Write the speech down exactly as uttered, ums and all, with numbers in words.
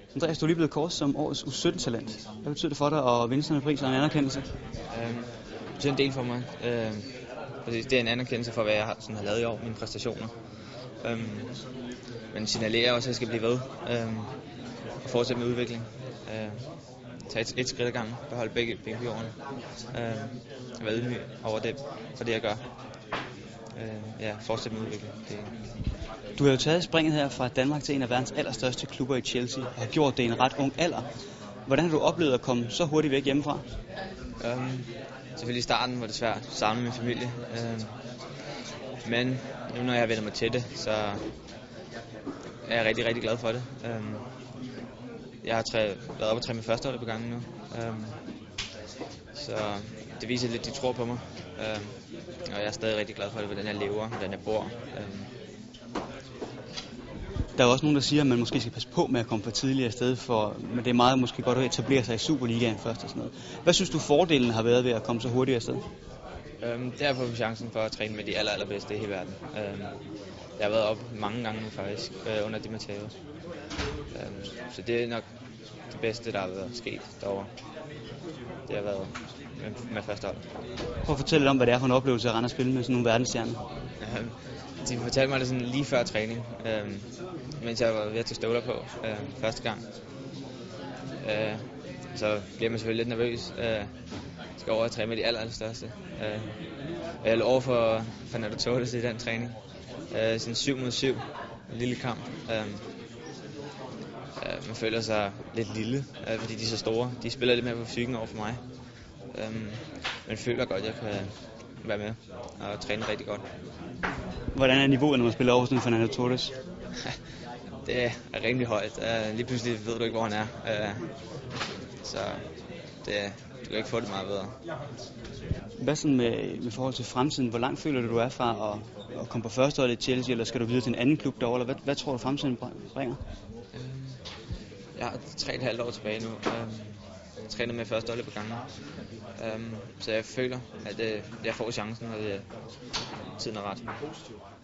Andreas, du er lige blevet kåret som årets U sytten-talent. Hvad betyder det for dig at vinde sådan en pris og en anerkendelse? Øhm, det betyder en del for mig. Øhm, det er en anerkendelse for, hvad jeg har, sådan, har lavet i år, mine præstationer. Øhm, men signalerer også, at jeg skal blive ved øhm, og fortsætte med udvikling. Øhm, tage et, et skridt ad gangen, beholde begge, begge jorden. Øhm, være ydmyg over det, for det jeg gør. Øhm, ja, fortsætte med udvikling. Det, Du har jo taget springet her fra Danmark til en af verdens allerstørste klubber i Chelsea, og har gjort det i en ret ung alder. Hvordan har du oplevet at komme så hurtigt væk hjemmefra? øhm, selvfølgelig i starten var det svært at savne min familie. Øhm, men nu når jeg vender mig til det, så er jeg rigtig, rigtig glad for det. Øhm, jeg har træ, været oppe og træne med førsteholdet på gangen nu. Øhm, så det viser lidt, at de tror på mig. Øhm, og jeg er stadig rigtig glad for det, hvordan jeg lever, hvordan jeg bor. Øhm, Der er også nogen, der siger, at man måske skal passe på med at komme for tidligere afsted, for, men det er meget måske godt at etablere sig i Superligaen først og sådan noget. Hvad synes du fordelen har været ved at komme så hurtigt afsted? øhm, det er at få chancen for at træne med de aller, allerbedste i hele verden. Øhm, jeg har været op mange gange nu faktisk, øh, under Di Matteo. Øhm, så det er nok det bedste, der har været sket derovre. Det har været med, med førsteholdet. Prøv at fortælle lidt om, hvad det er for en oplevelse at rende og spille med sådan nogle verdensstjerner. Øhm, de fortalte mig det sådan lige før træning, øhm, mens jeg var ved at tage støvler på øh, første gang. Øh, så bliver man selvfølgelig lidt nervøs. Øh, skal over og træne med de aller, allerstørste. Øh, jeg lå over for Fernando Torres i den træning. Øh, sådan syv mod syv, en lille kamp. Øh, øh, man føler sig lidt lille, øh, fordi de er så store. De spiller lidt mere på fysikken over for mig. Øh, men føler godt, at jeg kan være med og træne rigtig godt. Hvordan er niveauet, når man spiller over sådan en Fernando Torres? Det er rimelig højt. Uh, lige pludselig ved du ikke, hvor han er. Uh, så det, du kan ikke få det meget bedre. Hvad sådan med, med forhold til fremtiden? Hvor langt føler du, du er fra at, at komme på førsteholdet i Chelsea, eller skal du videre til en anden klub derovre? Eller hvad, hvad tror du, fremtiden bringer? Uh, jeg har tre og et halvt år tilbage nu. Uh, jeg træner med førsteholdet på gangen. Uh, så jeg føler, at uh, jeg får chancen, og det, tiden er ret.